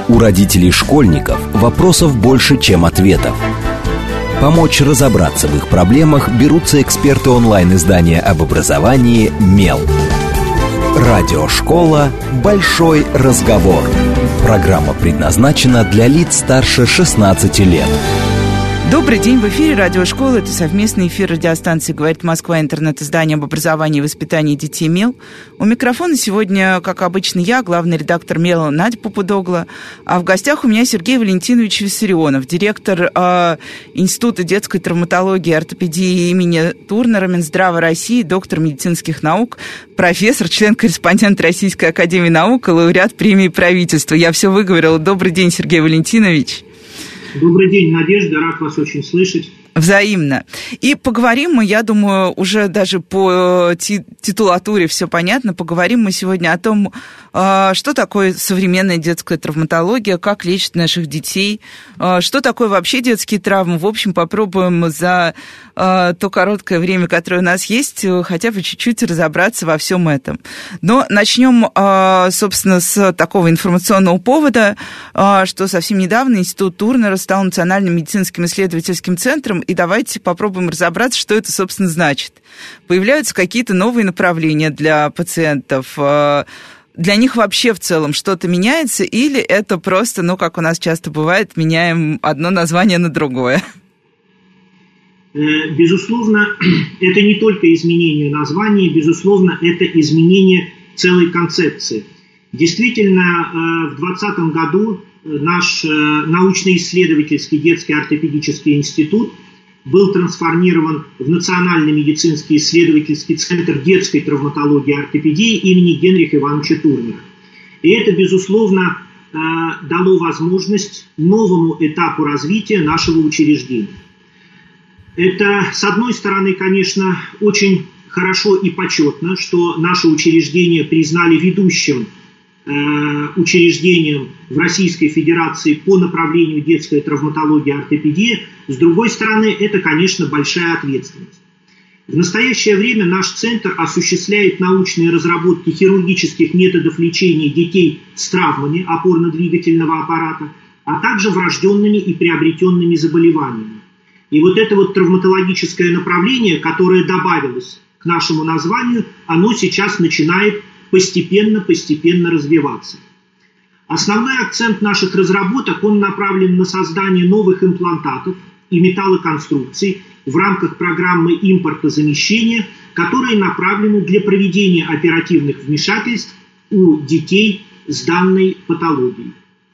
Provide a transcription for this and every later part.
У родителей школьников вопросов больше, чем ответов. Помочь разобраться в их проблемах берутся эксперты онлайн-издания об образовании «Мел». Радиошкола «Большой разговор». Программа предназначена для лиц старше 16 лет. Добрый день, в эфире радиошкола. Это совместный эфир радиостанции «Говорит Москва», интернет-издание об образовании и воспитании детей «Мел». У микрофона сегодня, как обычно, я, главный редактор «Мела» Надя Попудогла. А в гостях у меня Сергей Валентинович Виссарионов, директор Института детской травматологии и ортопедии имени Турнера Минздрава России, доктор медицинских наук, профессор, член-корреспондент Российской академии наук и лауреат премии правительства. Я все выговорила. Добрый день, Сергей Валентинович. Добрый день, Надежда, рад вас очень слышать. Взаимно. И поговорим мы, я думаю, уже даже по титулатуре все понятно, поговорим мы сегодня о том, что такое современная детская травматология, как лечат наших детей, что такое вообще детские травмы. В общем, попробуем за то короткое время, которое у нас есть, хотя бы чуть-чуть разобраться во всем этом. Но начнем, собственно, с такого информационного повода, что совсем недавно Институт Турнера стал Национальным медицинским исследовательским центром, и давайте попробуем разобраться, что это, собственно, значит. Появляются какие-то новые направления для пациентов. Для них вообще в целом что-то меняется, или это просто, как у нас часто бывает, меняем одно название на другое? Безусловно, это не только изменение названия, безусловно, это изменение целой концепции. Действительно, в 2020 году наш научно-исследовательский детский ортопедический институт был трансформирован в Национальный медицинский исследовательский центр детской травматологии и ортопедии имени Генриха Ивановича Турнера. И это, безусловно, дало возможность новому этапу развития нашего учреждения. Это, с одной стороны, конечно, очень хорошо и почетно, что наше учреждение признали ведущим учреждением в Российской Федерации по направлению детская травматология и ортопедия. С другой стороны, это, конечно, большая ответственность. В настоящее время наш центр осуществляет научные разработки хирургических методов лечения детей с травмами опорно-двигательного аппарата, а также врожденными и приобретенными заболеваниями. И вот это травматологическое направление, которое добавилось к нашему названию, оно сейчас начинает постепенно развиваться. Основной акцент наших разработок, он направлен на создание новых имплантатов и металлоконструкций в рамках программы импортозамещения, которые направлены для проведения оперативных вмешательств у детей с данной патологией.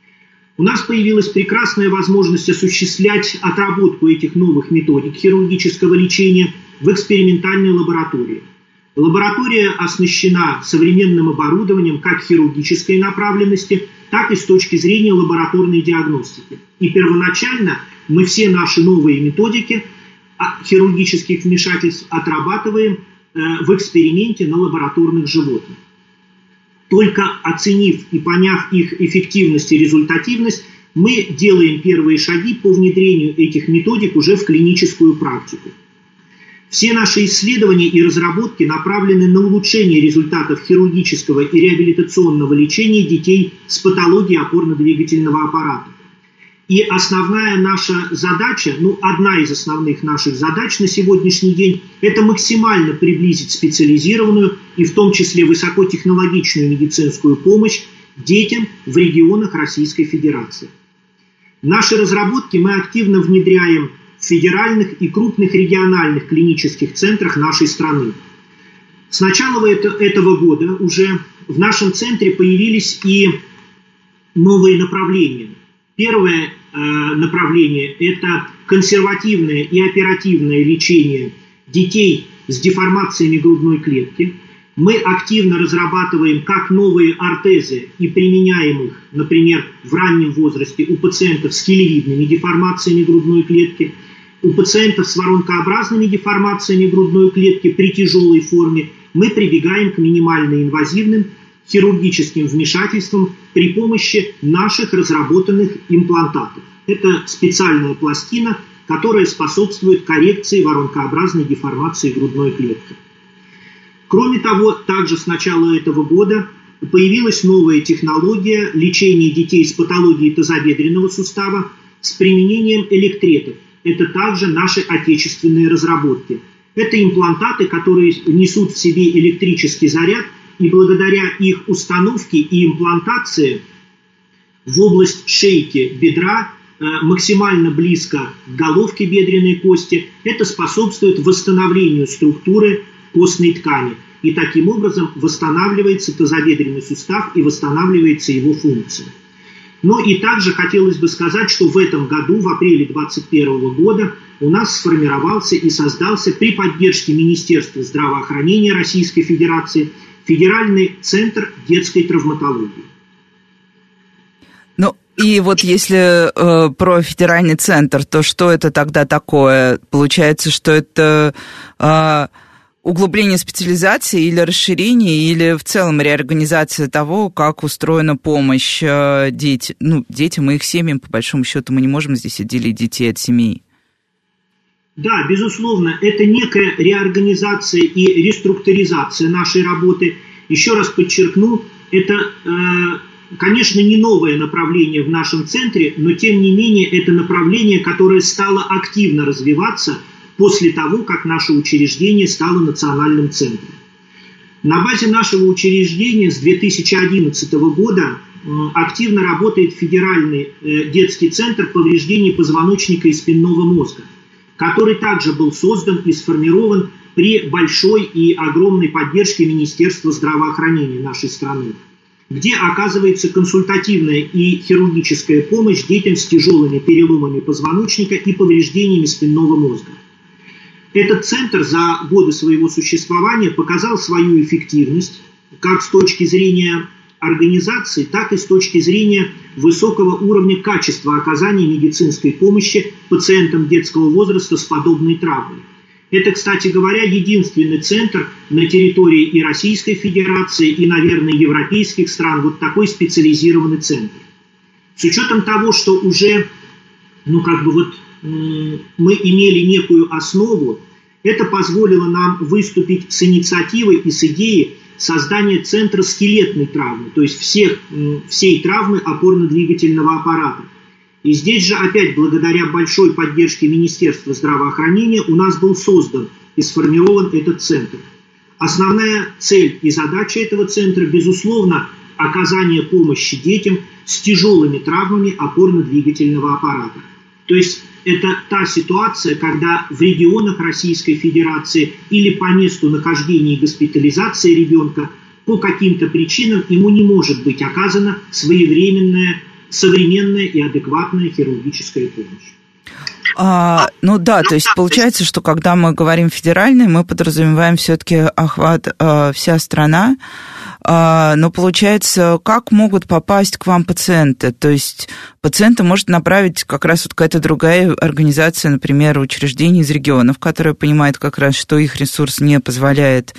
У нас появилась прекрасная возможность осуществлять отработку этих новых методик хирургического лечения в экспериментальной лаборатории. Лаборатория оснащена современным оборудованием как хирургической направленности, так и с точки зрения лабораторной диагностики. И первоначально мы все наши новые методики хирургических вмешательств отрабатываем в эксперименте на лабораторных животных. Только оценив и поняв их эффективность и результативность, мы делаем первые шаги по внедрению этих методик уже в клиническую практику. Все наши исследования и разработки направлены на улучшение результатов хирургического и реабилитационного лечения детей с патологией опорно-двигательного аппарата. И основная наша задача, одна из основных наших задач на сегодняшний день, это максимально приблизить специализированную и в том числе высокотехнологичную медицинскую помощь детям в регионах Российской Федерации. Наши разработки мы активно внедряем в федеральных и крупных региональных клинических центрах нашей страны. С начала этого года уже в нашем центре появились и новые направления. Первое направление – это консервативное и оперативное лечение детей с деформациями грудной клетки. Мы активно разрабатываем как новые ортезы и применяем их, например, в раннем возрасте у пациентов с килевидными деформациями грудной клетки, у пациентов с воронкообразными деформациями грудной клетки при тяжелой форме. Мы прибегаем к минимально инвазивным хирургическим вмешательствам при помощи наших разработанных имплантатов. Это специальная пластина, которая способствует коррекции воронкообразной деформации грудной клетки. Кроме того, также с начала этого года появилась новая технология лечения детей с патологией тазобедренного сустава с применением электретов. Это также наши отечественные разработки. Это имплантаты, которые несут в себе электрический заряд, и благодаря их установке и имплантации в область шейки бедра, максимально близко к головке бедренной кости, это способствует восстановлению структуры костной ткани. И таким образом восстанавливается тазобедренный сустав и восстанавливается его функция. Но и также хотелось бы сказать, что в этом году, в апреле 2021 года, у нас сформировался и создался при поддержке Министерства здравоохранения Российской Федерации Федеральный центр детской травматологии. Ну, и вот если про федеральный центр, то что это тогда такое? Получается, что это углубление специализации или расширение, или в целом реорганизация того, как устроена помощь детям и их семьям, по большому счету, мы не можем здесь отделить детей от семей. Да, безусловно, это некая реорганизация и реструктуризация нашей работы. Еще раз подчеркну, это, конечно, не новое направление в нашем центре, но тем не менее это направление, которое стало активно развиваться после того, как наше учреждение стало национальным центром. На базе нашего учреждения с 2011 года активно работает Федеральный детский центр повреждений позвоночника и спинного мозга, который также был создан и сформирован при большой и огромной поддержке Министерства здравоохранения нашей страны, где оказывается консультативная и хирургическая помощь детям с тяжелыми переломами позвоночника и повреждениями спинного мозга. Этот центр за годы своего существования показал свою эффективность как с точки зрения организации, так и с точки зрения высокого уровня качества оказания медицинской помощи пациентам детского возраста с подобной травмой. Это, кстати говоря, единственный центр на территории и Российской Федерации, и, наверное, европейских стран, вот такой специализированный центр. С учетом того, что уже, мы имели некую основу, это позволило нам выступить с инициативой и с идеей создания центра скелетной травмы, то есть всей травмы опорно-двигательного аппарата. И здесь же опять благодаря большой поддержке Министерства здравоохранения у нас был создан и сформирован этот центр. Основная цель и задача этого центра, безусловно, оказание помощи детям с тяжелыми травмами опорно-двигательного аппарата. То есть это та ситуация, когда в регионах Российской Федерации или по месту нахождения и госпитализации ребенка по каким-то причинам ему не может быть оказана своевременная, современная и адекватная хирургическая помощь. То есть получается, что когда мы говорим федеральный, мы подразумеваем все-таки охват вся страна. Но получается, как могут попасть к вам пациенты? То есть пациента может направить как раз вот какая-то другая организация, например, учреждение из регионов, которая понимает как раз, что их ресурс не позволяет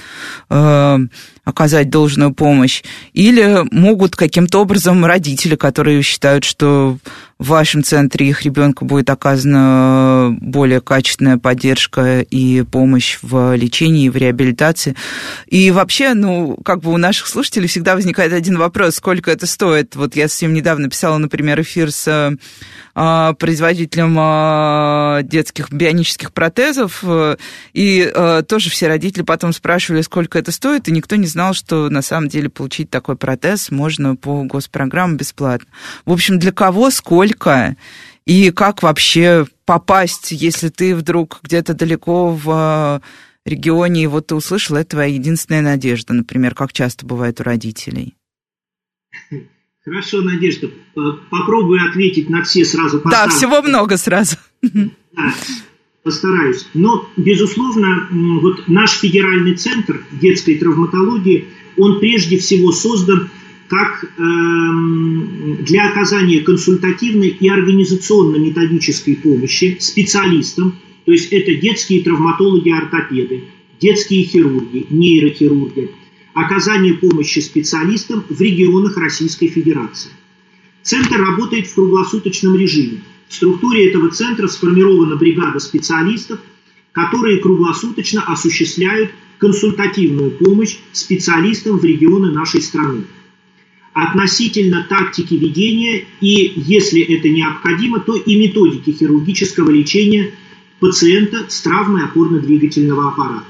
оказать должную помощь. Или могут каким-то образом родители, которые считают, что в вашем центре их ребенку будет оказана более качественная поддержка и помощь в лечении и в реабилитации. И вообще, у наших слушателей всегда возникает один вопрос: сколько это стоит? Вот я совсем недавно писала, например, эфир с производителем детских бионических протезов, и тоже все родители потом спрашивали, сколько это стоит, и никто не знал, что на самом деле получить такой протез можно по госпрограмме бесплатно. В общем, для кого, сколько, и как вообще попасть, если ты вдруг где-то далеко в регионе, и вот ты услышал, это твоя единственная надежда, например, как часто бывает у родителей? Хорошо, Надежда, попробую ответить на все сразу. Да, всего много сразу. Да, постараюсь. Но, безусловно, вот наш федеральный центр детской травматологии, он прежде всего создан как для оказания консультативной и организационно-методической помощи специалистам, то есть это детские травматологи-ортопеды, детские хирурги, нейрохирурги, оказание помощи специалистам в регионах Российской Федерации. Центр работает в круглосуточном режиме. В структуре этого центра сформирована бригада специалистов, которые круглосуточно осуществляют консультативную помощь специалистам в регионы нашей страны. относительно тактики ведения и, если это необходимо, то и методики хирургического лечения пациента с травмой опорно-двигательного аппарата.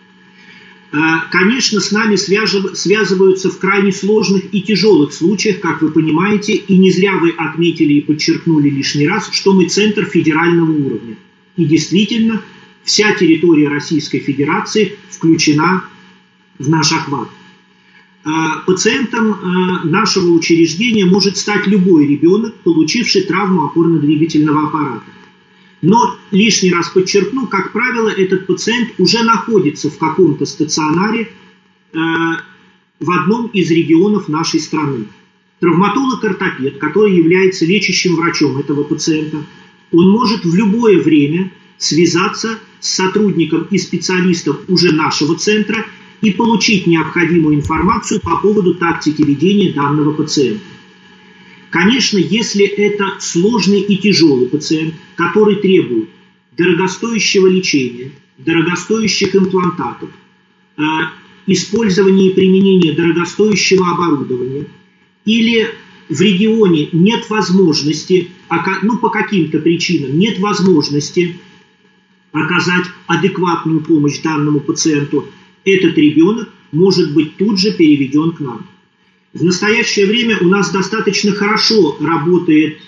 Конечно, с нами связываются в крайне сложных и тяжелых случаях, как вы понимаете, и не зря вы отметили и подчеркнули лишний раз, что мы центр федерального уровня. И действительно, вся территория Российской Федерации включена в наш охват. Пациентом нашего учреждения может стать любой ребенок, получивший травму опорно-двигательного аппарата. Но лишний раз подчеркну, как правило, этот пациент уже находится в каком-то стационаре в одном из регионов нашей страны. Травматолог-ортопед, который является лечащим врачом этого пациента, он может в любое время связаться с сотрудником и специалистом уже нашего центра и получить необходимую информацию по поводу тактики ведения данного пациента. Конечно, если это сложный и тяжелый пациент, который требует дорогостоящего лечения, дорогостоящих имплантатов, использования и применения дорогостоящего оборудования, или в регионе нет возможности, по каким-то причинам нет возможности оказать адекватную помощь данному пациенту, этот ребенок может быть тут же переведен к нам. В настоящее время у нас достаточно хорошо работает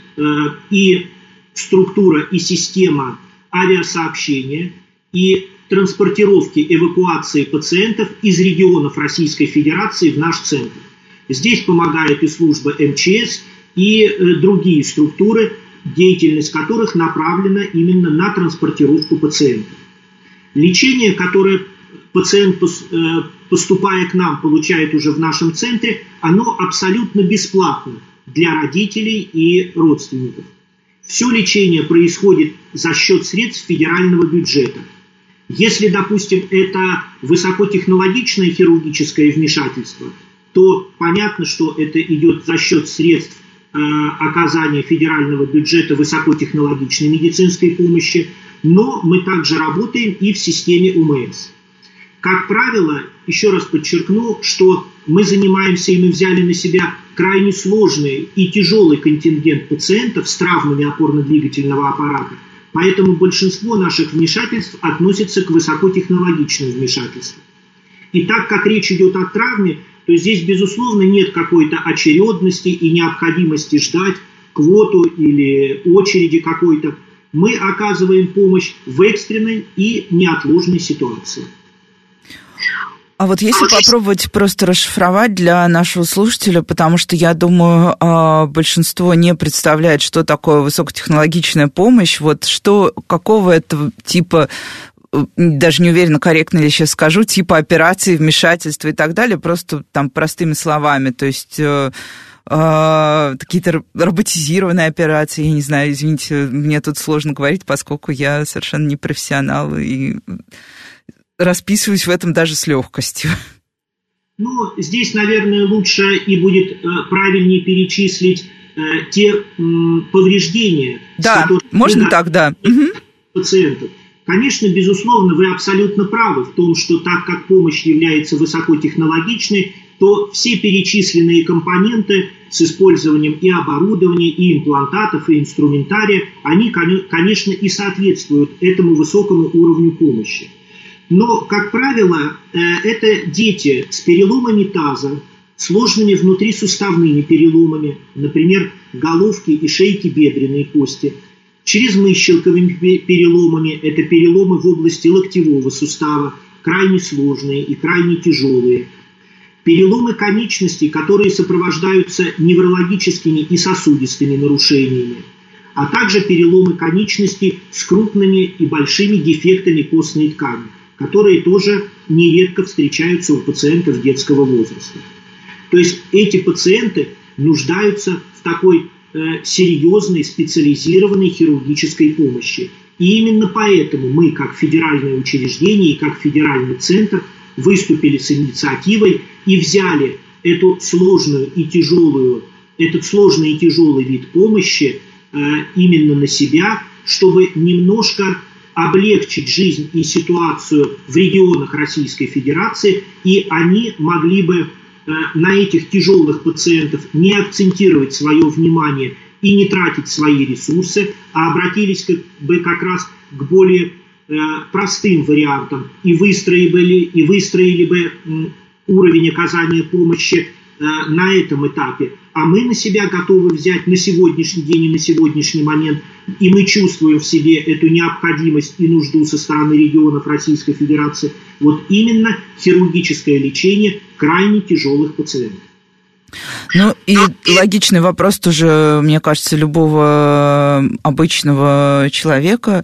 и структура, и система авиасообщения, и транспортировки, эвакуации пациентов из регионов Российской Федерации в наш центр. Здесь помогает и служба МЧС, и другие структуры, деятельность которых направлена именно на транспортировку пациентов. Лечение, которое пациент, поступая к нам, получает уже в нашем центре, оно абсолютно бесплатно для родителей и родственников. Все лечение происходит за счет средств федерального бюджета. Если, допустим, это высокотехнологичное хирургическое вмешательство, то понятно, что это идет за счет средств оказания федерального бюджета высокотехнологичной медицинской помощи, но мы также работаем и в системе УМС. Как правило, еще раз подчеркну, что мы занимаемся и мы взяли на себя крайне сложный и тяжелый контингент пациентов с травмами опорно-двигательного аппарата, поэтому большинство наших вмешательств относится к высокотехнологичным вмешательствам. И так как речь идет о травме, то здесь, безусловно, нет какой-то очередности и необходимости ждать квоту или очереди какой-то. Мы оказываем помощь в экстренной и неотложной ситуации. А вот если попробовать просто расшифровать для нашего слушателя, потому что, я думаю, большинство не представляет, что такое высокотехнологичная помощь, вот что, какого это типа, даже не уверена, корректно ли сейчас скажу, типа операции, вмешательства и так далее, просто там простыми словами, то есть какие-то роботизированные операции, я не знаю, извините, мне тут сложно говорить, поскольку я совершенно не профессионал и расписываюсь в этом даже с легкостью. Ну, здесь, наверное, лучше и будет правильнее перечислить те повреждения, да, можно так, да. Пациентов. Конечно, безусловно, вы абсолютно правы в том, что так как помощь является высокотехнологичной, то все перечисленные компоненты с использованием и оборудования, и имплантатов, и инструментария, они, конечно, и соответствуют этому высокому уровню помощи. Но, как правило, это дети с переломами таза, сложными внутрисуставными переломами, например, головки и шейки бедренной кости, чрезмыщелковыми переломами, это переломы в области локтевого сустава, крайне сложные и крайне тяжелые, переломы конечностей, которые сопровождаются неврологическими и сосудистыми нарушениями, а также переломы конечностей с крупными и большими дефектами костной ткани, которые тоже нередко встречаются у пациентов детского возраста. То есть эти пациенты нуждаются в такой серьезной специализированной хирургической помощи. И именно поэтому мы, как федеральное учреждение и как федеральный центр, выступили с инициативой и взяли этот сложный и тяжелый вид помощи именно на себя, чтобы немножко облегчить жизнь и ситуацию в регионах Российской Федерации, и они могли бы на этих тяжелых пациентов не акцентировать свое внимание и не тратить свои ресурсы, а обратились как раз к более простым вариантам и выстроили бы уровень оказания помощи на этом этапе. А мы на себя готовы взять на сегодняшний день и на сегодняшний момент, и мы чувствуем в себе эту необходимость и нужду со стороны регионов Российской Федерации, вот именно хирургическое лечение крайне тяжелых пациентов. Ну и логичный вопрос тоже, мне кажется, любого обычного человека.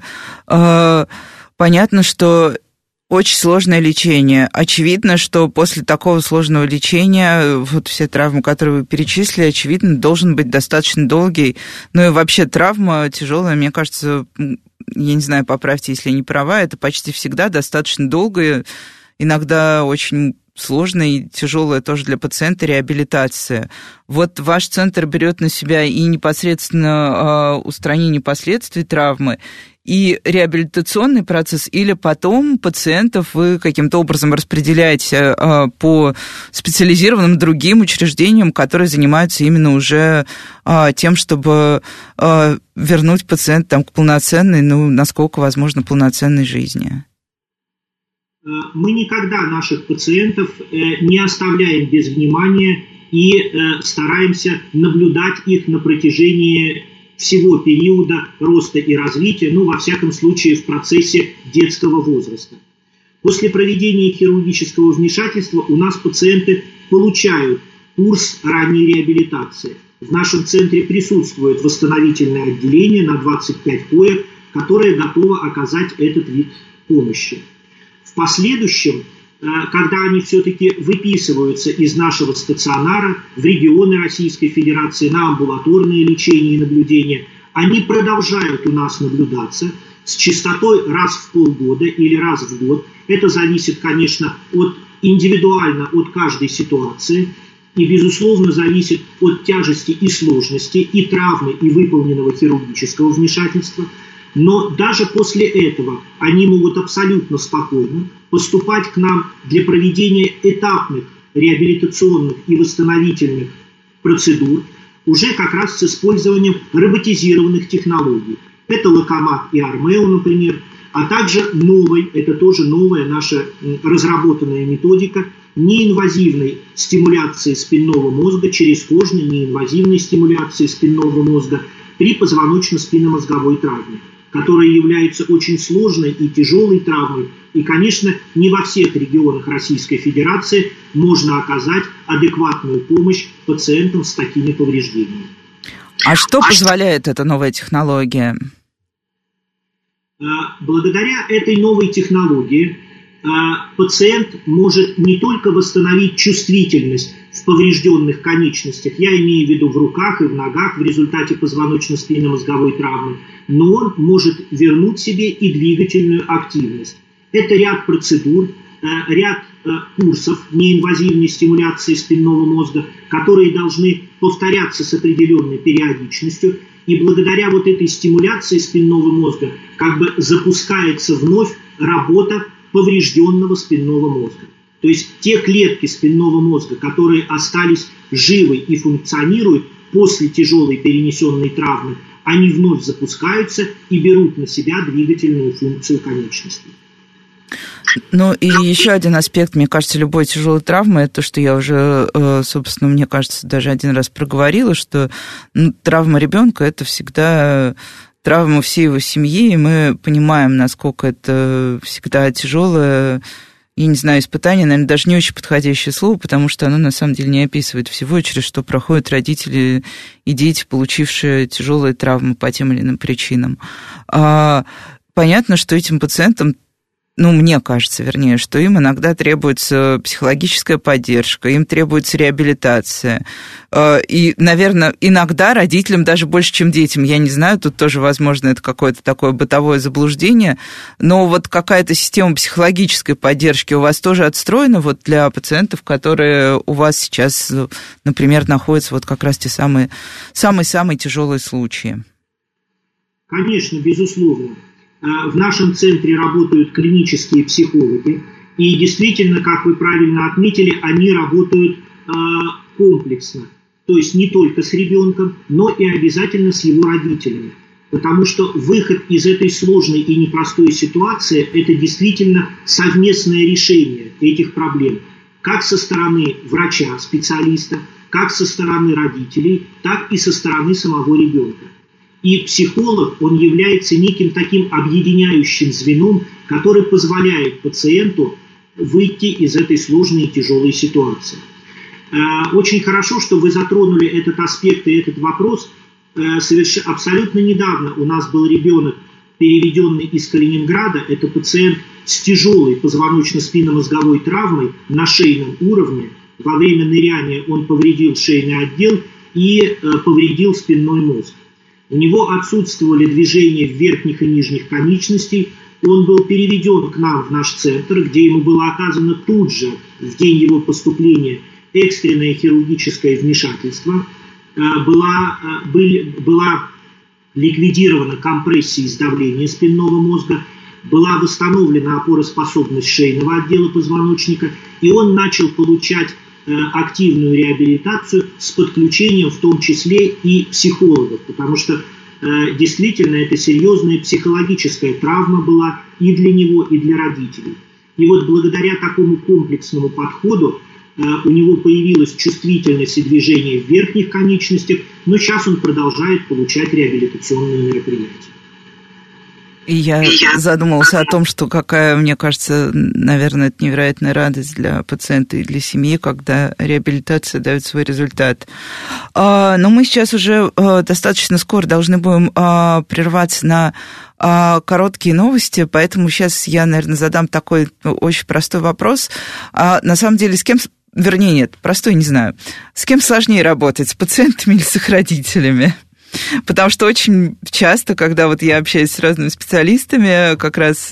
Понятно, что очень сложное лечение. Очевидно, что после такого сложного лечения, вот все травмы, которые вы перечислили, очевидно, должен быть достаточно долгий. Ну и вообще травма тяжелая, мне кажется, я не знаю, поправьте, если я не права, это почти всегда достаточно долгая, иногда очень сложная и тяжелая тоже для пациента реабилитация. Вот ваш центр берет на себя и непосредственно устранение последствий травмы, и реабилитационный процесс, или потом пациентов вы каким-то образом распределяете по специализированным другим учреждениям, которые занимаются именно уже тем, чтобы вернуть пациента к полноценной, насколько возможно, полноценной жизни? Мы никогда наших пациентов не оставляем без внимания и стараемся наблюдать их на протяжении всего периода роста и развития, во всяком случае в процессе детского возраста. После проведения хирургического вмешательства у нас пациенты получают курс ранней реабилитации. В нашем центре присутствует восстановительное отделение на 25 коек, которое готово оказать этот вид помощи. В последующем, когда они все-таки выписываются из нашего стационара в регионы Российской Федерации на амбулаторное лечение и наблюдение, они продолжают у нас наблюдаться с частотой раз в полгода или раз в год. Это зависит, конечно, индивидуально от каждой ситуации и, безусловно, зависит от тяжести и сложности и травмы, и выполненного хирургического вмешательства. Но даже после этого они могут абсолютно спокойно поступать к нам для проведения этапных реабилитационных и восстановительных процедур уже как раз с использованием роботизированных технологий. Это Локомат и Армео, например, а также это тоже новая наша разработанная методика неинвазивной стимуляции спинного мозга через кожной неинвазивной стимуляции спинного мозга при позвоночно-спинномозговой травме, которая является очень сложной и тяжелой травмой. И, конечно, не во всех регионах Российской Федерации можно оказать адекватную помощь пациентам с такими повреждениями. А что позволяет эта новая технология? Благодаря этой новой технологии пациент может не только восстановить чувствительность в поврежденных конечностях, я имею в виду в руках и в ногах в результате позвоночно-спинномозговой травмы, но он может вернуть себе и двигательную активность. Это ряд процедур, ряд курсов неинвазивной стимуляции спинного мозга, которые должны повторяться с определенной периодичностью, и благодаря этой стимуляции спинного мозга запускается вновь работа поврежденного спинного мозга. То есть те клетки спинного мозга, которые остались живы и функционируют после тяжелой перенесенной травмы, они вновь запускаются и берут на себя двигательную функцию конечностей. Ну и еще один аспект, мне кажется, любой тяжелой травмы, это то, что я уже, собственно, мне кажется, даже один раз проговорила, что травма ребенка – это всегда травма всей его семьи, и мы понимаем, насколько это всегда тяжелое, я не знаю, испытание, наверное, даже не очень подходящее слово, потому что оно на самом деле не описывает всего, через что проходят родители и дети, получившие тяжелые травмы по тем или иным причинам. Понятно, что этим пациентам, мне кажется, вернее, что им иногда требуется психологическая поддержка, им требуется реабилитация. И, наверное, иногда родителям даже больше, чем детям. Я не знаю, тут тоже, возможно, это какое-то такое бытовое заблуждение, но какая-то система психологической поддержки у вас тоже отстроена для пациентов, которые у вас сейчас, например, находятся как раз те самые тяжелые случаи. Конечно, безусловно. В нашем центре работают клинические психологи, и действительно, как вы правильно отметили, они работают комплексно. То есть не только с ребенком, но и обязательно с его родителями. Потому что выход из этой сложной и непростой ситуации – это действительно совместное решение этих проблем. Как со стороны врача, специалиста, как со стороны родителей, так и со стороны самого ребенка. И психолог, он является неким таким объединяющим звеном, который позволяет пациенту выйти из этой сложной и тяжелой ситуации. Очень хорошо, что вы затронули этот аспект и этот вопрос. Абсолютно недавно у нас был ребенок, переведенный из Калининграда. Это пациент с тяжелой позвоночно-спинномозговой травмой на шейном уровне. Во время ныряния он повредил шейный отдел и повредил спинной мозг. У него отсутствовали движения верхних и нижних конечностей. Он был переведен к нам в наш центр, где ему было оказано тут же, в день его поступления, экстренное хирургическое вмешательство. Была ликвидирована компрессия и сдавление спинного мозга, была восстановлена опороспособность шейного отдела позвоночника, и он начал получать активную реабилитацию с подключением в том числе и психологов, потому что действительно это серьезная психологическая травма была и для него, и для родителей. И вот благодаря такому комплексному подходу у него появилась чувствительность и движение в верхних конечностях, но сейчас он продолжает получать реабилитационные мероприятия. И я задумалась о том, что какая, мне кажется, наверное, это невероятная радость для пациента и для семьи, когда реабилитация дает свой результат. Но мы сейчас уже достаточно скоро должны будем прерваться на короткие новости, поэтому сейчас я, наверное, задам такой очень простой вопрос. На самом деле, с кем... Вернее, нет, простой не знаю. С кем сложнее работать, с пациентами или с их родителями? Потому что очень часто, когда вот я общаюсь с разными специалистами, как раз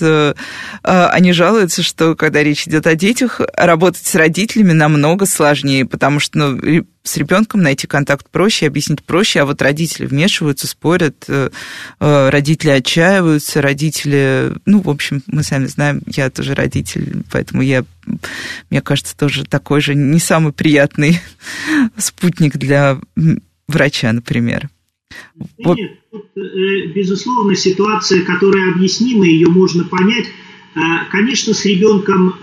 они жалуются, что когда речь идет о детях, работать с родителями намного сложнее, потому что с ребенком найти контакт проще, объяснить проще, а вот родители вмешиваются, спорят, родители отчаиваются, родители... в общем, мы сами знаем, я тоже родитель, поэтому мне кажется, тоже такой же не самый приятный спутник для врача, например. Нет, тут, безусловно, ситуация, которая объяснима, ее можно понять. Конечно, с ребенком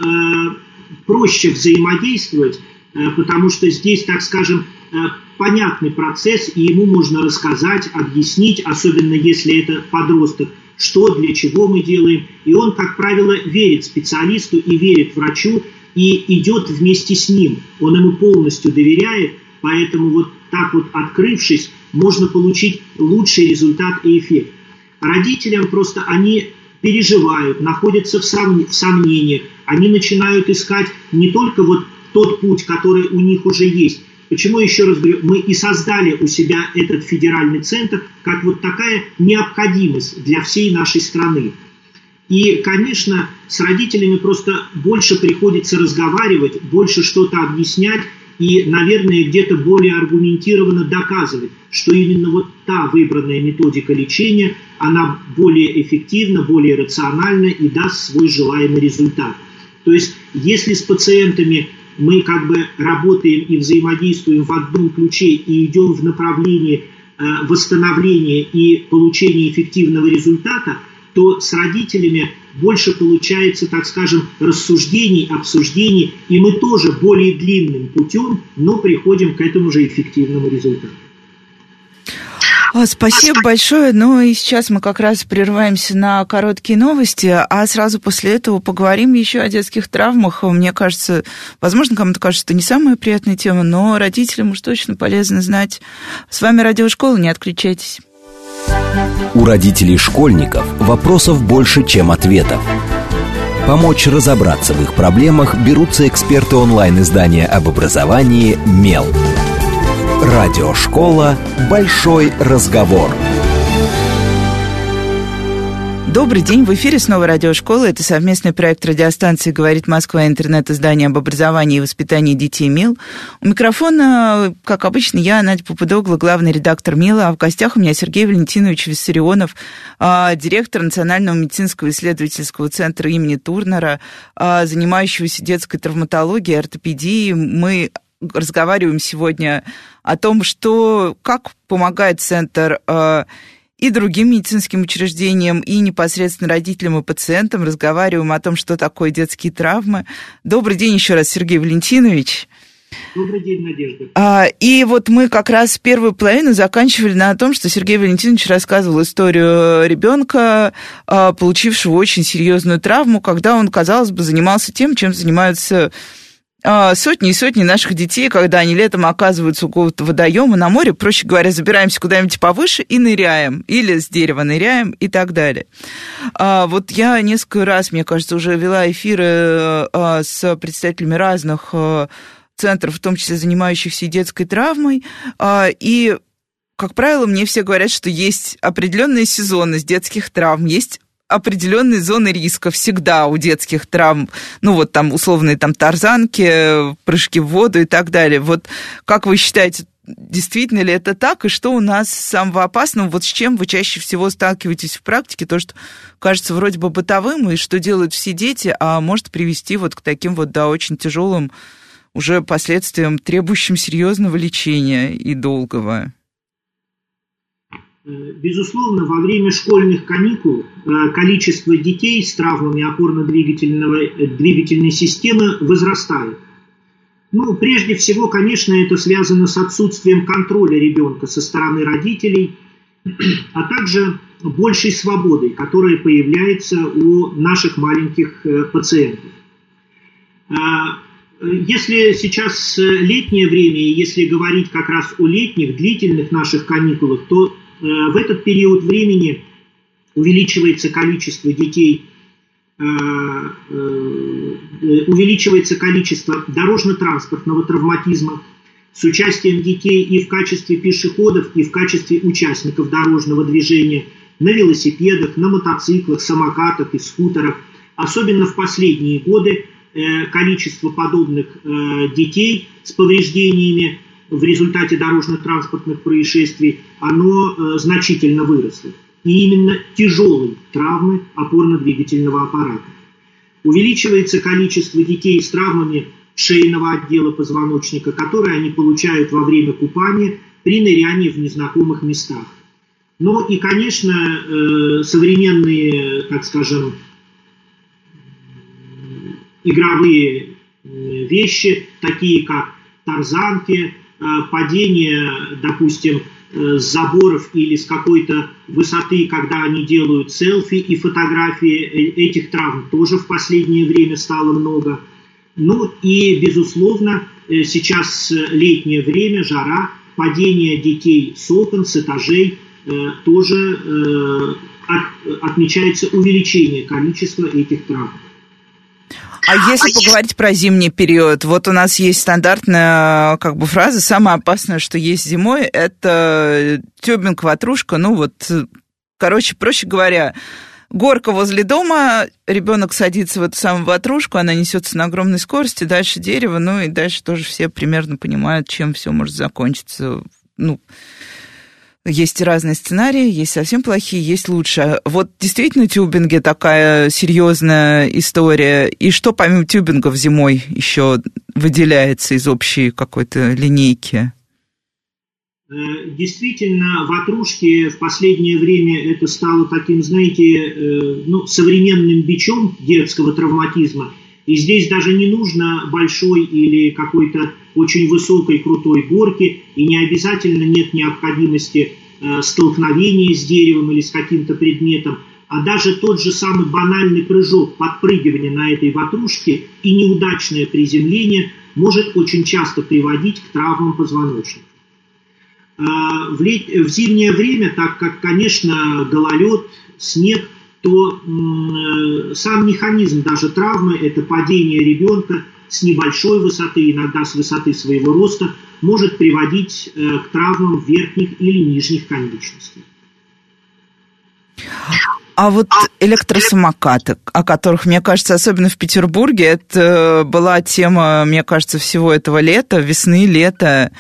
проще взаимодействовать, потому что здесь, так скажем, понятный процесс, и ему можно рассказать, объяснить, особенно если это подросток, что, для чего мы делаем. И он, как правило, верит специалисту и верит врачу, и идет вместе с ним. Он ему полностью доверяет, поэтому вот так вот открывшись, можно получить лучший результат и эффект. Родителям просто они переживают, находятся в сомнениях, они начинают искать не только вот тот путь, который у них уже есть. Почему, еще раз говорю, мы и создали у себя этот федеральный центр, как вот такая необходимость для всей нашей страны. И, конечно, с родителями просто больше приходится разговаривать, больше что-то объяснять, и, наверное, где-то более аргументированно доказывать, что именно вот та выбранная методика лечения, она более эффективна, более рациональна и даст свой желаемый результат. То есть, если с пациентами мы как бы работаем и взаимодействуем в одном ключе и идем в направлении восстановления и получения эффективного результата, то с родителями больше получается, так скажем, рассуждений, обсуждений, и мы тоже более длинным путем, но приходим к этому же эффективному результату. Спасибо большое. Ну и сейчас мы как раз прерываемся на короткие новости, а сразу после этого поговорим еще о детских травмах. Мне кажется, возможно, кому-то кажется, что не самая приятная тема, но родителям уж точно полезно знать. С вами Радиошкола, не отключайтесь. У родителей школьников вопросов больше, чем ответов. Помочь разобраться в их проблемах берутся эксперты онлайн-издания об образовании «Мел». Радиошкола «Большой разговор». Добрый день, в эфире снова Радиошкола. Это совместный проект радиостанции «Говорит Москва», интернет-издание об образовании и воспитании детей МИЛ. У микрофона, как обычно, я, Надя Попудогла, главный редактор МИЛа, а в гостях у меня Сергей Валентинович Виссарионов, директор Национального медицинского исследовательского центра имени Турнера, занимающегося детской травматологией, ортопедией. Мы разговариваем сегодня о том, как помогает Центр и другим медицинским учреждениям, и непосредственно родителям и пациентам. Разговариваем о том, что такое детские травмы. Добрый день еще раз, Сергей Валентинович. Добрый день, Надежда. И вот мы как раз первую половину заканчивали на том, что Сергей Валентинович рассказывал историю ребенка, получившего очень серьезную травму, когда он, казалось бы, занимался тем, чем занимаются сотни и сотни наших детей, когда они летом оказываются у какого-то водоема на море, проще говоря, забираемся куда-нибудь повыше и ныряем, или с дерева ныряем и так далее. Вот я несколько раз, мне кажется, уже вела эфиры с представителями разных центров, в том числе занимающихся детской травмой, и, как правило, мне все говорят, что есть определенная сезонность детских травм, есть определенные зоны риска всегда у детских травм, ну вот там условные там тарзанки, прыжки в воду и так далее. Вот как вы считаете, действительно ли это так, и что у нас самого опасного, вот с чем вы чаще всего сталкиваетесь в практике, то, что кажется вроде бы бытовым, и что делают все дети, а может привести вот к таким вот, да, очень тяжелым уже последствиям, требующим серьезного лечения и долгого? Безусловно, во время школьных каникул количество детей с травмами опорно-двигательной системы возрастает. Ну, прежде всего, конечно, это связано с отсутствием контроля ребенка со стороны родителей, а также большей свободой, которая появляется у наших маленьких пациентов. Если сейчас летнее время, и если говорить как раз о летних, длительных наших каникулах, то в этот период времени увеличивается количество детей, увеличивается количество дорожно-транспортного травматизма с участием детей и в качестве пешеходов, и в качестве участников дорожного движения на велосипедах, на мотоциклах, самокатах и скутерах. Особенно в последние годы количество подобных детей с повреждениями в результате дорожно-транспортных происшествий, оно значительно выросло. И именно тяжелые травмы опорно-двигательного аппарата. Увеличивается количество детей с травмами шейного отдела позвоночника, которые они получают во время купания при нырянии в незнакомых местах. Ну и, конечно, современные, так скажем, игровые вещи, такие как тарзанки, падение, допустим, с заборов или с какой-то высоты, когда они делают селфи и фотографии, этих травм тоже в последнее время стало много. Ну и, безусловно, сейчас летнее время, жара, падение детей с окон, с этажей, тоже отмечается увеличение количества этих травм. А если поговорить про зимний период, вот у нас есть стандартная фраза: самое опасное, что есть зимой, это тюбинг, ватрушка. Ну вот, проще говоря, горка возле дома, ребенок садится в эту самую ватрушку, она несется на огромной скорости, дальше дерево, ну и дальше тоже все примерно понимают, чем все может закончиться. Ну, есть разные сценарии, есть совсем плохие, есть лучше. Вот действительно тюбинги такая серьезная история. И что помимо тюбингов зимой еще выделяется из общей какой-то линейки? Действительно, ватрушки в последнее время это стало таким, знаете, современным бичом детского травматизма. И здесь даже не нужно большой или какой-то очень высокой, крутой горки, и не обязательно нет необходимости столкновения с деревом или с каким-то предметом, а даже тот же самый банальный прыжок, подпрыгивание на этой ватрушке и неудачное приземление может очень часто приводить к травмам позвоночника. В зимнее время, так как, конечно, гололед, снег, то сам механизм даже травмы, это падение ребенка с небольшой высоты, иногда с высоты своего роста, может приводить к травмам верхних или нижних конечностей. А вот электросамокаты, о которых, мне кажется, особенно в Петербурге, это была тема, мне кажется, всего этого лета, весны, лета.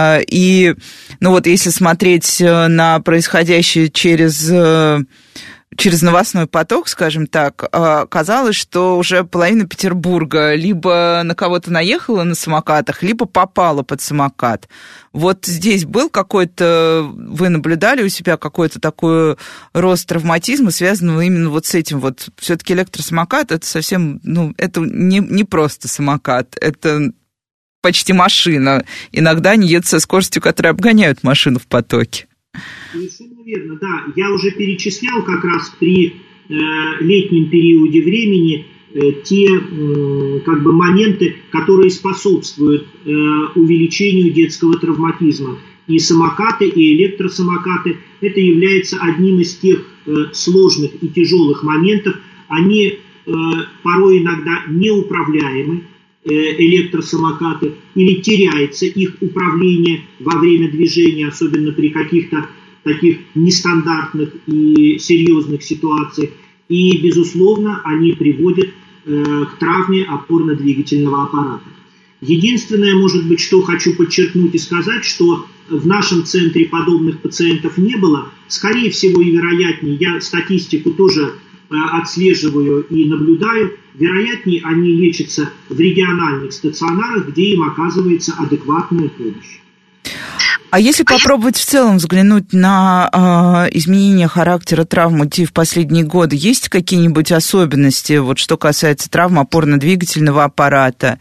И, ну вот, если смотреть на происходящее через через новостной поток, скажем так, казалось, что уже половина Петербурга либо на кого-то наехала на самокатах, либо попала под самокат. Вот здесь был какой-то, вы наблюдали у себя какой-то такой рост травматизма, связанного именно вот с этим вот? Все-таки электросамокат, это совсем, это не просто самокат, это почти машина. Иногда они едут со скоростью, которая обгоняют машину в потоке. Совершенно верно, да. Я уже перечислял как раз при летнем периоде времени те моменты, которые способствуют увеличению детского травматизма. И самокаты, и электросамокаты – это является одним из тех сложных и тяжелых моментов. Они порой иногда неуправляемы, электросамокаты, или теряется их управление во время движения, особенно при каких-то таких нестандартных и серьезных ситуациях. И, безусловно, они приводят к травме опорно-двигательного аппарата. Единственное, может быть, что хочу подчеркнуть и сказать, что в нашем центре подобных пациентов не было. Скорее всего и вероятнее, я статистику тоже отслеживаю и наблюдаю, вероятнее они лечатся в региональных стационарах, где им оказывается адекватная помощь. А если попробовать в целом взглянуть на изменения характера травм в последние годы, есть какие-нибудь особенности, вот что касается травм опорно-двигательного аппарата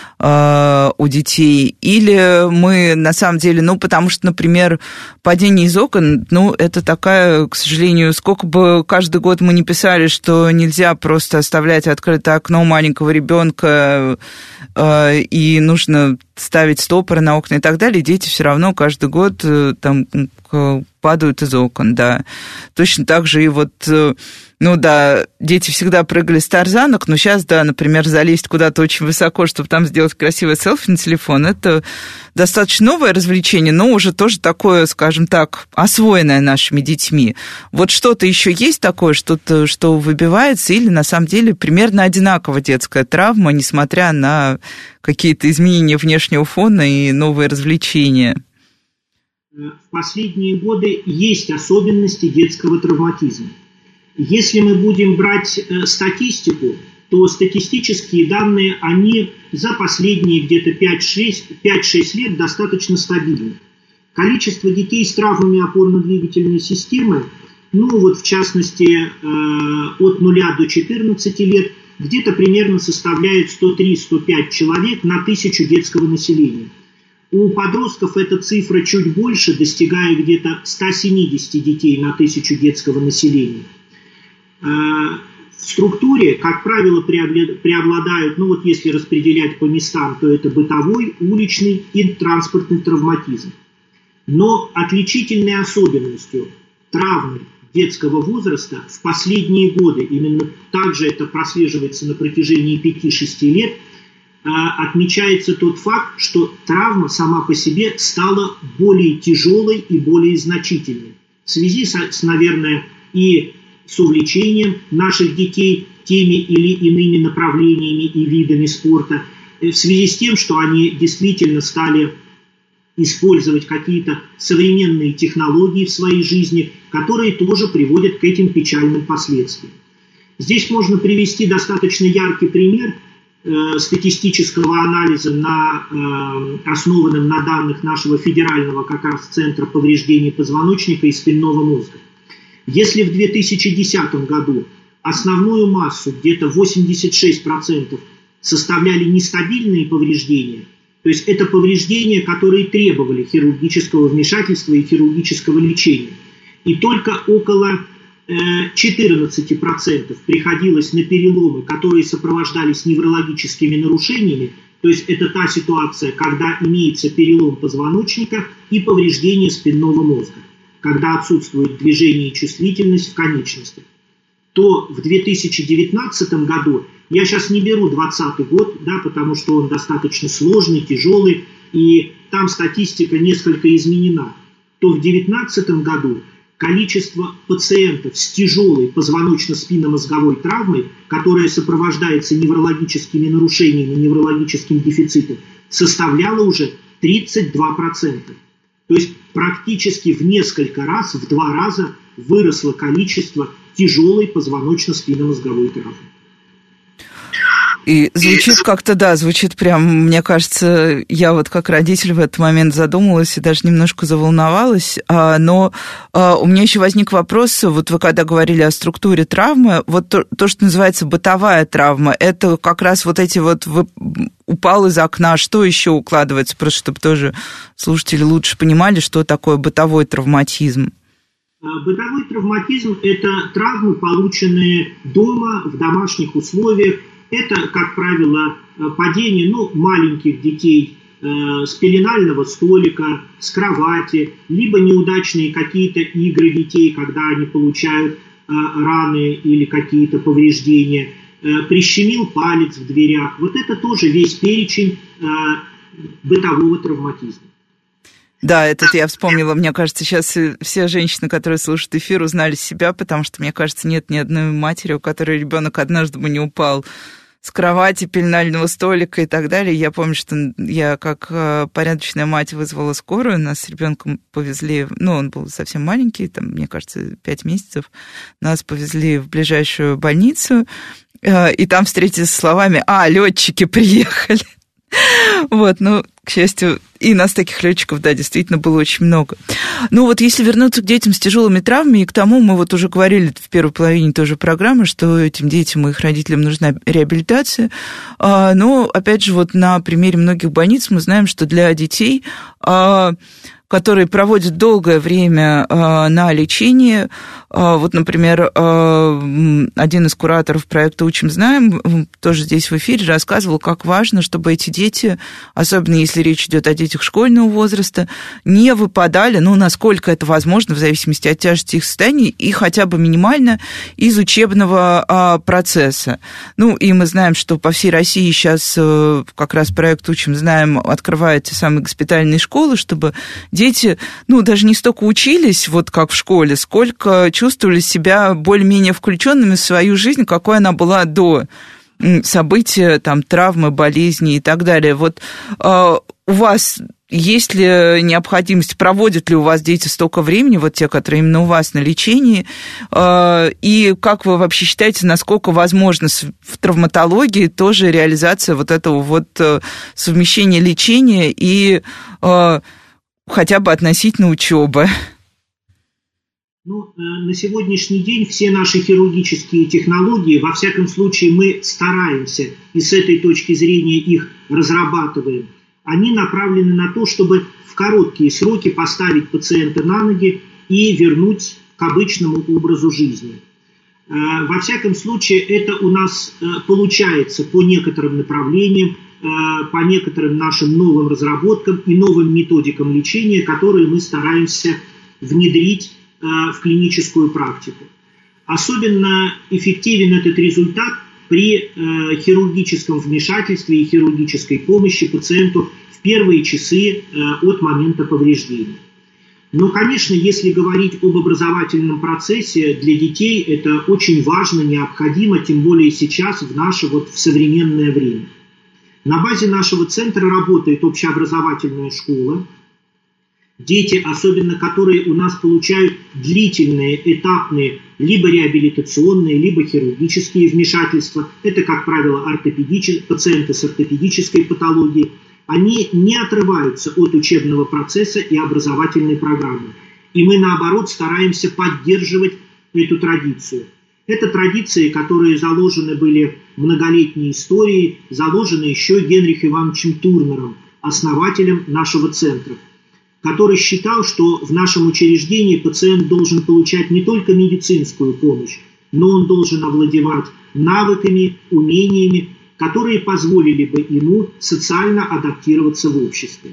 у детей? Или мы на самом деле, потому что, например, падение из окон, это такая, к сожалению, сколько бы каждый год мы не писали, что нельзя просто оставлять открытое окно маленького ребенка и нужно ставить стопоры на окна и так далее, дети все равно каждый год там падают из окон, да. Точно так же и вот, дети всегда прыгали с тарзанок, но сейчас, например, залезть куда-то очень высоко, чтобы там сделать красивое селфи на телефон, это достаточно новое развлечение, но уже тоже такое, скажем так, освоенное нашими детьми. Вот что-то еще есть такое, что-то, что выбивается, или на самом деле примерно одинаково детская травма, несмотря на какие-то изменения внешнего фона и новые развлечения? В последние годы есть особенности детского травматизма. Если мы будем брать статистику, то статистические данные, они за последние где-то 5-6 лет достаточно стабильны. Количество детей с травмами опорно-двигательной системы, в частности, от 0 до 14 лет, где-то примерно составляет 103-105 человек на 1000 детского населения. У подростков эта цифра чуть больше, достигая где-то 170 детей на 1000 детского населения. В структуре, как правило, преобладают, если распределять по местам, то это бытовой, уличный и транспортный травматизм. Но отличительной особенностью травмы детского возраста в последние годы, именно так же это прослеживается на протяжении 5-6 лет, отмечается тот факт, что травма сама по себе стала более тяжелой и более значительной. В связи наверное, и с увлечением наших детей теми или иными направлениями и видами спорта, в связи с тем, что они действительно стали использовать какие-то современные технологии в своей жизни, которые тоже приводят к этим печальным последствиям. Здесь можно привести достаточно яркий пример статистического анализа, основанным на данных нашего федерального как раз Центра повреждений позвоночника и спинного мозга. Если в 2010 году основную массу, где-то 86%, составляли нестабильные повреждения, то есть это повреждения, которые требовали хирургического вмешательства и хирургического лечения, и только около 14% приходилось на переломы, которые сопровождались неврологическими нарушениями, то есть это та ситуация, когда имеется перелом позвоночника и повреждение спинного мозга, когда отсутствует движение и чувствительность в конечностях, то в 2019 году, я сейчас не беру 2020 год, потому что он достаточно сложный, тяжелый, и там статистика несколько изменена, то в 2019 году количество пациентов с тяжелой позвоночно-спинномозговой травмой, которая сопровождается неврологическими нарушениями, неврологическим дефицитом, составляло уже 32%. То есть практически в несколько раз, в 2 раза выросло количество тяжелой позвоночно-спинномозговой травмы. И звучит как-то, да, звучит прям, мне кажется, я вот как родитель в этот момент задумалась и даже немножко заволновалась, но у меня еще возник вопрос, вот вы когда говорили о структуре травмы, вот то, что называется бытовая травма, это как раз вот эти вот упал из окна, что еще укладывается, просто чтобы тоже слушатели лучше понимали, что такое бытовой травматизм. Бытовой травматизм – это травмы, полученные дома, в домашних условиях. Это, как правило, падение маленьких детей с пеленального столика, с кровати, либо неудачные какие-то игры детей, когда они получают раны или какие-то повреждения, прищемил палец в дверях. Вот это тоже весь перечень бытового травматизма. Да, это я вспомнила. Мне кажется, сейчас все женщины, которые слушают эфир, узнали себя, потому что, мне кажется, нет ни одной матери, у которой ребенок однажды бы не упал с кровати, пеленального столика и так далее. Я помню, что я как порядочная мать вызвала скорую, нас с ребенком повезли, он был совсем маленький, там, мне кажется, 5 месяцев, нас повезли в ближайшую больницу, и там встретились со словами: летчики приехали. Вот, к счастью, и нас таких летчиков, да, действительно было очень много. Вот если вернуться к детям с тяжелыми травмами, и к тому, мы вот уже говорили в первой половине тоже программы, что этим детям и их родителям нужна реабилитация, но, опять же, вот на примере многих больниц мы знаем, что для детей, которые проводят долгое время на лечении. Вот, например, один из кураторов проекта «Учим, знаем», тоже здесь в эфире рассказывал, как важно, чтобы эти дети, особенно если речь идет о детях школьного возраста, не выпадали, насколько это возможно, в зависимости от тяжести их состояния, и хотя бы минимально из учебного процесса. И мы знаем, что по всей России сейчас как раз проект «Учим, знаем» открывает те самые госпитальные школы, чтобы дети, даже не столько учились, вот как в школе, сколько чувствовали себя более-менее включенными в свою жизнь, какой она была до события, там, травмы, болезни и так далее. Вот у вас есть ли необходимость, проводят ли у вас дети столько времени, вот те, которые именно у вас на лечении, и как вы вообще считаете, насколько возможно в травматологии тоже реализация вот этого вот совмещения лечения и хотя бы относительно учебы? На сегодняшний день все наши хирургические технологии, во всяком случае, мы стараемся и с этой точки зрения их разрабатываем, они направлены на то, чтобы в короткие сроки поставить пациента на ноги и вернуть к обычному образу жизни. Во всяком случае, это у нас получается по некоторым направлениям, по некоторым нашим новым разработкам и новым методикам лечения, которые мы стараемся внедрить в клиническую практику. Особенно эффективен этот результат при хирургическом вмешательстве и хирургической помощи пациенту в первые часы от момента повреждения. Но, конечно, если говорить об образовательном процессе для детей, это очень важно, необходимо, тем более сейчас, в наше в современное время. На базе нашего центра работает общеобразовательная школа. Дети, особенно которые у нас получают длительные, этапные, либо реабилитационные, либо хирургические вмешательства, это, как правило, пациенты с ортопедической патологией, они не отрываются от учебного процесса и образовательной программы. И мы, наоборот, стараемся поддерживать эту традицию. Это традиции, которые заложены были многолетней историей, заложены еще Генрихом Ивановичем Турнером, основателем нашего центра, который считал, что в нашем учреждении пациент должен получать не только медицинскую помощь, но он должен овладевать навыками, умениями, которые позволили бы ему социально адаптироваться в обществе.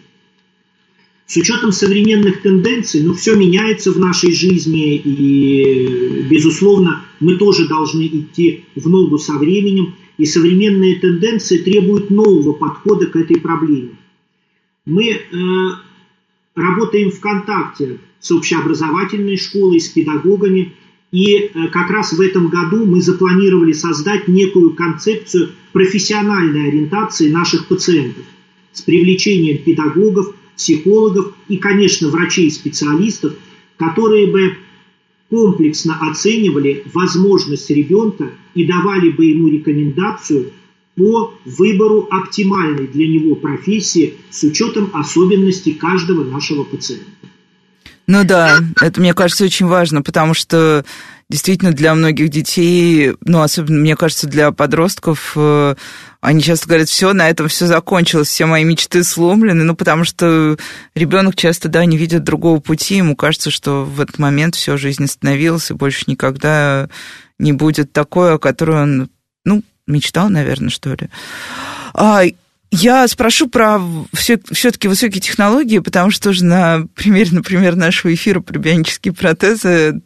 С учетом современных тенденций, все меняется в нашей жизни, и, безусловно, мы тоже должны идти в ногу со временем, и современные тенденции требуют нового подхода к этой проблеме. Мы работаем в контакте с общеобразовательной школой, с педагогами, и как раз в этом году мы запланировали создать некую концепцию профессиональной ориентации наших пациентов с привлечением педагогов, психологов и, конечно, врачей-специалистов, которые бы комплексно оценивали возможность ребенка и давали бы ему рекомендацию по выбору оптимальной для него профессии с учетом особенностей каждого нашего пациента. Ну да, это, мне кажется, очень важно, потому что действительно для многих детей, ну, особенно, мне кажется, для подростков, они часто говорят, все, на этом все закончилось, все мои мечты сломлены, ну, потому что ребенок часто, да, не видит другого пути, ему кажется, что в этот момент все, жизнь остановилась, и больше никогда не будет такое, о котором он, ну, мечтал, наверное, что ли. Я спрошу про все-таки высокие технологии, потому что тоже на примере, например, нашего эфира про бионические протезы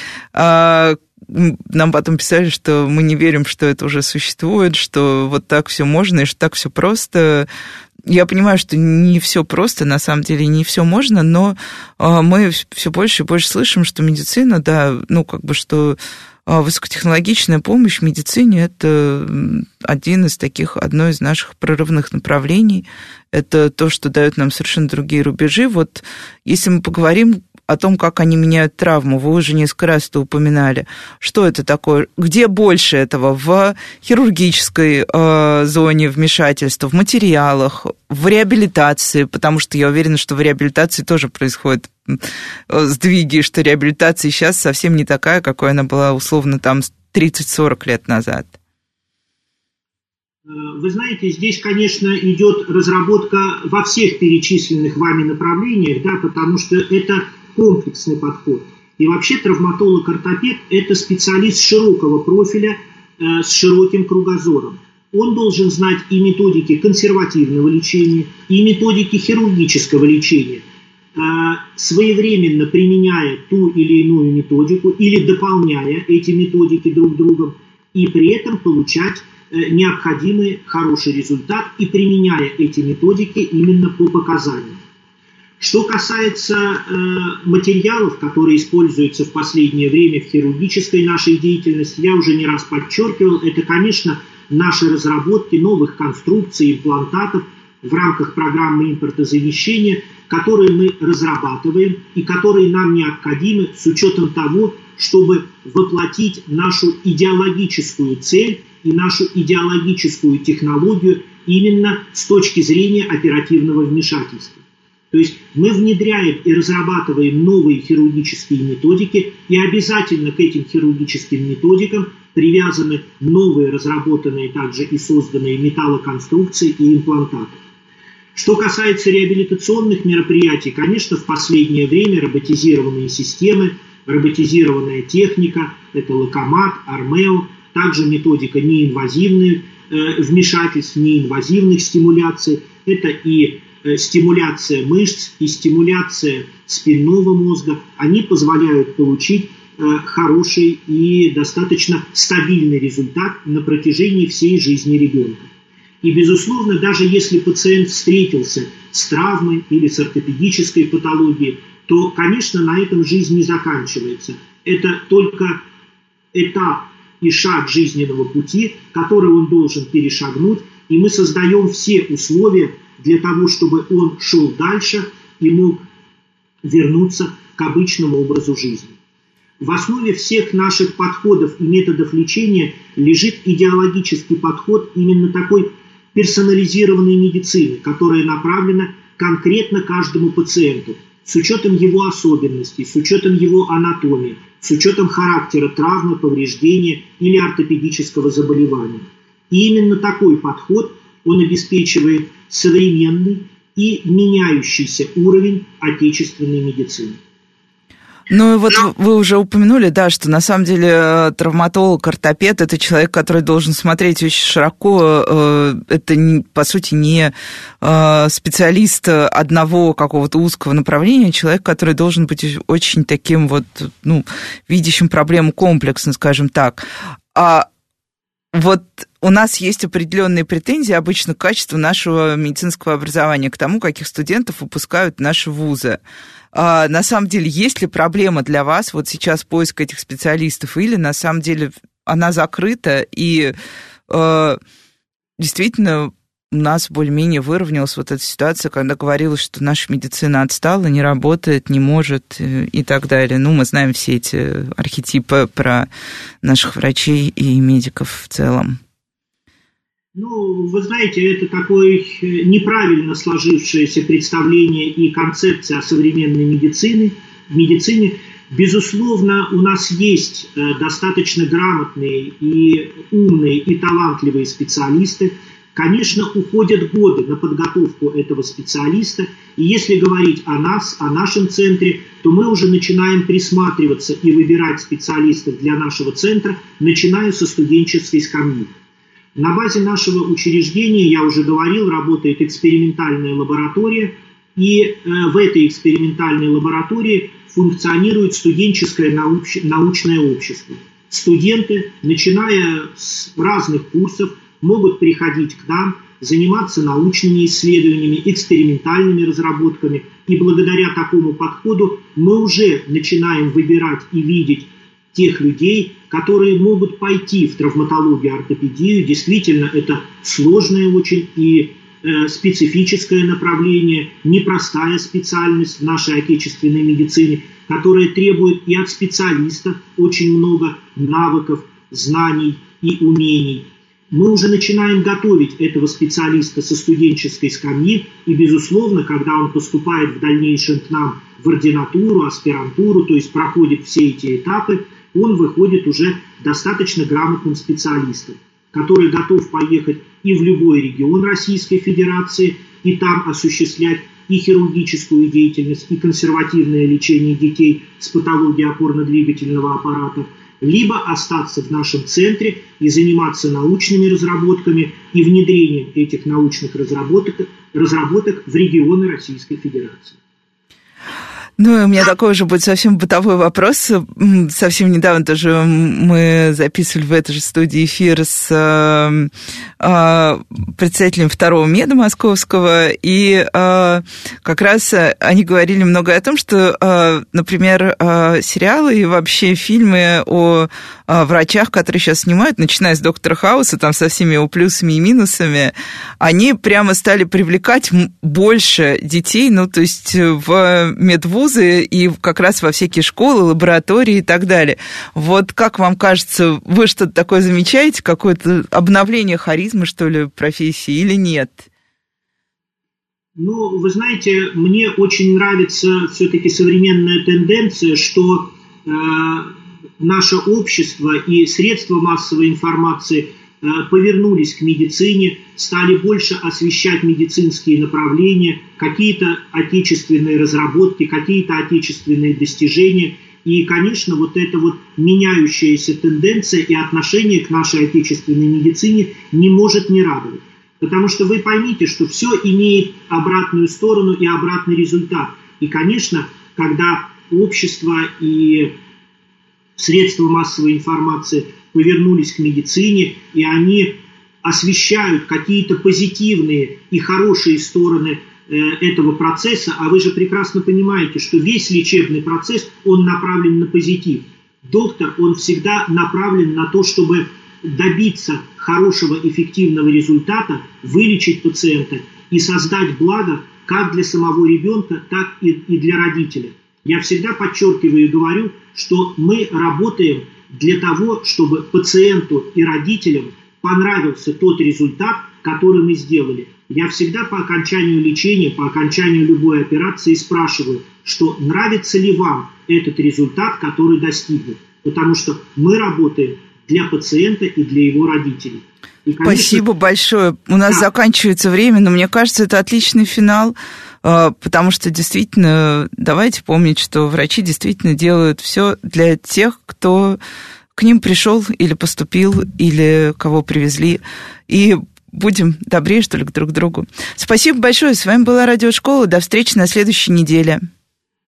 нам потом писали, что мы не верим, что это уже существует, что вот так все можно и что так все просто. Я понимаю, что не все просто, на самом деле не все можно, но мы все больше и больше слышим, что медицина, да, ну как бы что высокотехнологичная помощь в медицине – это одно из наших прорывных направлений. Это то, что дает нам совершенно другие рубежи. Вот если мы поговорим о том, как они меняют травму, вы уже несколько раз это упоминали. Что это такое? Где больше этого? В хирургической зоне вмешательства, в материалах, в реабилитации, потому что я уверена, что в реабилитации тоже происходят сдвиги, что реабилитация сейчас совсем не такая, какой она была условно там 30-40 лет назад. Вы знаете, здесь, конечно, идет разработка во всех перечисленных вами направлениях, да, потому что это комплексный подход. И вообще травматолог-ортопед – это специалист широкого профиля с широким кругозором. Он должен знать и методики консервативного лечения, и методики хирургического лечения, своевременно применяя ту или иную методику или дополняя эти методики друг другом, и при этом получать необходимый хороший результат и применяя эти методики именно по показаниям. Что касается материалов, которые используются в последнее время в хирургической нашей деятельности, я уже не раз подчеркивал, это, конечно, наши разработки новых конструкций, имплантатов в рамках программы импортозамещения, которые мы разрабатываем и которые нам необходимы с учетом того, чтобы воплотить нашу идеологическую цель и нашу идеологическую технологию именно с точки зрения оперативного вмешательства. То есть мы внедряем и разрабатываем новые хирургические методики, и обязательно к этим хирургическим методикам привязаны новые разработанные также и созданные металлоконструкции и имплантаты. Что касается реабилитационных мероприятий, конечно, в последнее время роботизированные системы, роботизированная техника, это локомат, армео, также методика неинвазивных вмешательств, неинвазивных стимуляций, это и стимуляция мышц, и стимуляция спинного мозга, они позволяют получить хороший и достаточно стабильный результат на протяжении всей жизни ребенка. И, безусловно, даже если пациент встретился с травмой или с ортопедической патологией, то, конечно, на этом жизнь не заканчивается. Это только этап и шаг жизненного пути, который он должен перешагнуть, и мы создаем все условия для того, чтобы он шел дальше и мог вернуться к обычному образу жизни. В основе всех наших подходов и методов лечения лежит идеологический подход именно такой персонализированной медицины, которая направлена конкретно каждому пациенту, с учетом его особенностей, с учетом его анатомии, с учетом характера травмы, повреждения или ортопедического заболевания. И именно такой подход, он обеспечивает современный и меняющийся уровень отечественной медицины. Ну и вот вы уже упомянули, да, что на самом деле травматолог, ортопед – это человек, который должен смотреть очень широко. Это, по сути, не специалист одного какого-то узкого направления, человек, который должен быть очень таким вот, ну, видящим проблему комплексно, скажем так. А вот у нас есть определенные претензии обычно к качеству нашего медицинского образования, к тому, каких студентов выпускают наши вузы. На самом деле, есть ли проблема для вас вот сейчас поиск этих специалистов, или на самом деле она закрыта, и действительно у нас более-менее выровнялась вот эта ситуация, когда говорилось, что наша медицина отстала, не работает, не может и так далее. Ну, мы знаем все эти архетипы про наших врачей и медиков в целом. Ну, вы знаете, это такое неправильно сложившееся представление и концепция о современной медицине. Безусловно, у нас есть достаточно грамотные и умные и талантливые специалисты. Конечно, уходят годы на подготовку этого специалиста. И если говорить о нас, о нашем центре, то мы уже начинаем присматриваться и выбирать специалистов для нашего центра, начиная со студенческой скамьи. На базе нашего учреждения, я уже говорил, работает экспериментальная лаборатория, и в этой экспериментальной лаборатории функционирует студенческое научное общество. Студенты, начиная с разных курсов, могут приходить к нам, заниматься научными исследованиями, экспериментальными разработками, и благодаря такому подходу мы уже начинаем выбирать и видеть тех людей, которые могут пойти в травматологию, ортопедию. Действительно, это сложное очень и специфическое направление, непростая специальность в нашей отечественной медицине, которая требует и от специалистов очень много навыков, знаний и умений. Мы уже начинаем готовить этого специалиста со студенческой скамьи, и, безусловно, когда он поступает в дальнейшем к нам в ординатуру, аспирантуру, то есть проходит все эти этапы, он выходит уже достаточно грамотным специалистом, который готов поехать и в любой регион Российской Федерации, и там осуществлять и хирургическую деятельность, и консервативное лечение детей с патологией опорно-двигательного аппарата, либо остаться в нашем центре и заниматься научными разработками и внедрением этих научных разработок в регионы Российской Федерации. Ну, и у меня такой уже будет совсем бытовой вопрос. Совсем недавно тоже мы записывали в этой же студии эфир с представителем второго меда московского, и как раз они говорили много о том, что, например, сериалы и вообще фильмы о врачах, которые сейчас снимают, начиная с «Доктора Хауса», там со всеми его плюсами и минусами, они прямо стали привлекать больше детей, ну, то есть в медвузы и как раз во всякие школы, лаборатории и так далее. Вот как вам кажется, вы что-то такое замечаете, какое-то обновление харизмы, что ли, профессии или нет? Ну, вы знаете, мне очень нравится все-таки современная тенденция, что наше общество и средства массовой информации повернулись к медицине, стали больше освещать медицинские направления, какие-то отечественные разработки, какие-то отечественные достижения. И, конечно, вот эта вот меняющаяся тенденция и отношение к нашей отечественной медицине не может не радовать. Потому что вы поймите, что все имеет обратную сторону и обратный результат. И, конечно, когда общество и средства массовой информации повернулись к медицине, и они освещают какие-то позитивные и хорошие стороны этого процесса, а вы же прекрасно понимаете, что весь лечебный процесс, он направлен на позитив. Доктор, он всегда направлен на то, чтобы добиться хорошего, эффективного результата, вылечить пациента и создать благо как для самого ребенка, так и для родителя. Я всегда подчеркиваю и говорю, что мы работаем для того, чтобы пациенту и родителям понравился тот результат, который мы сделали. Я всегда по окончанию лечения, по окончанию любой операции спрашиваю, что нравится ли вам этот результат, который достигнут. Потому что мы работаем для пациента и для его родителей. И, конечно, спасибо большое. У нас заканчивается время, но мне кажется, это отличный финал, потому что действительно, давайте помнить, что врачи действительно делают все для тех, кто к ним пришел или поступил, или кого привезли. И будем добрее, что ли, друг к другу. Спасибо большое. С вами была Радиошкола. До встречи на следующей неделе.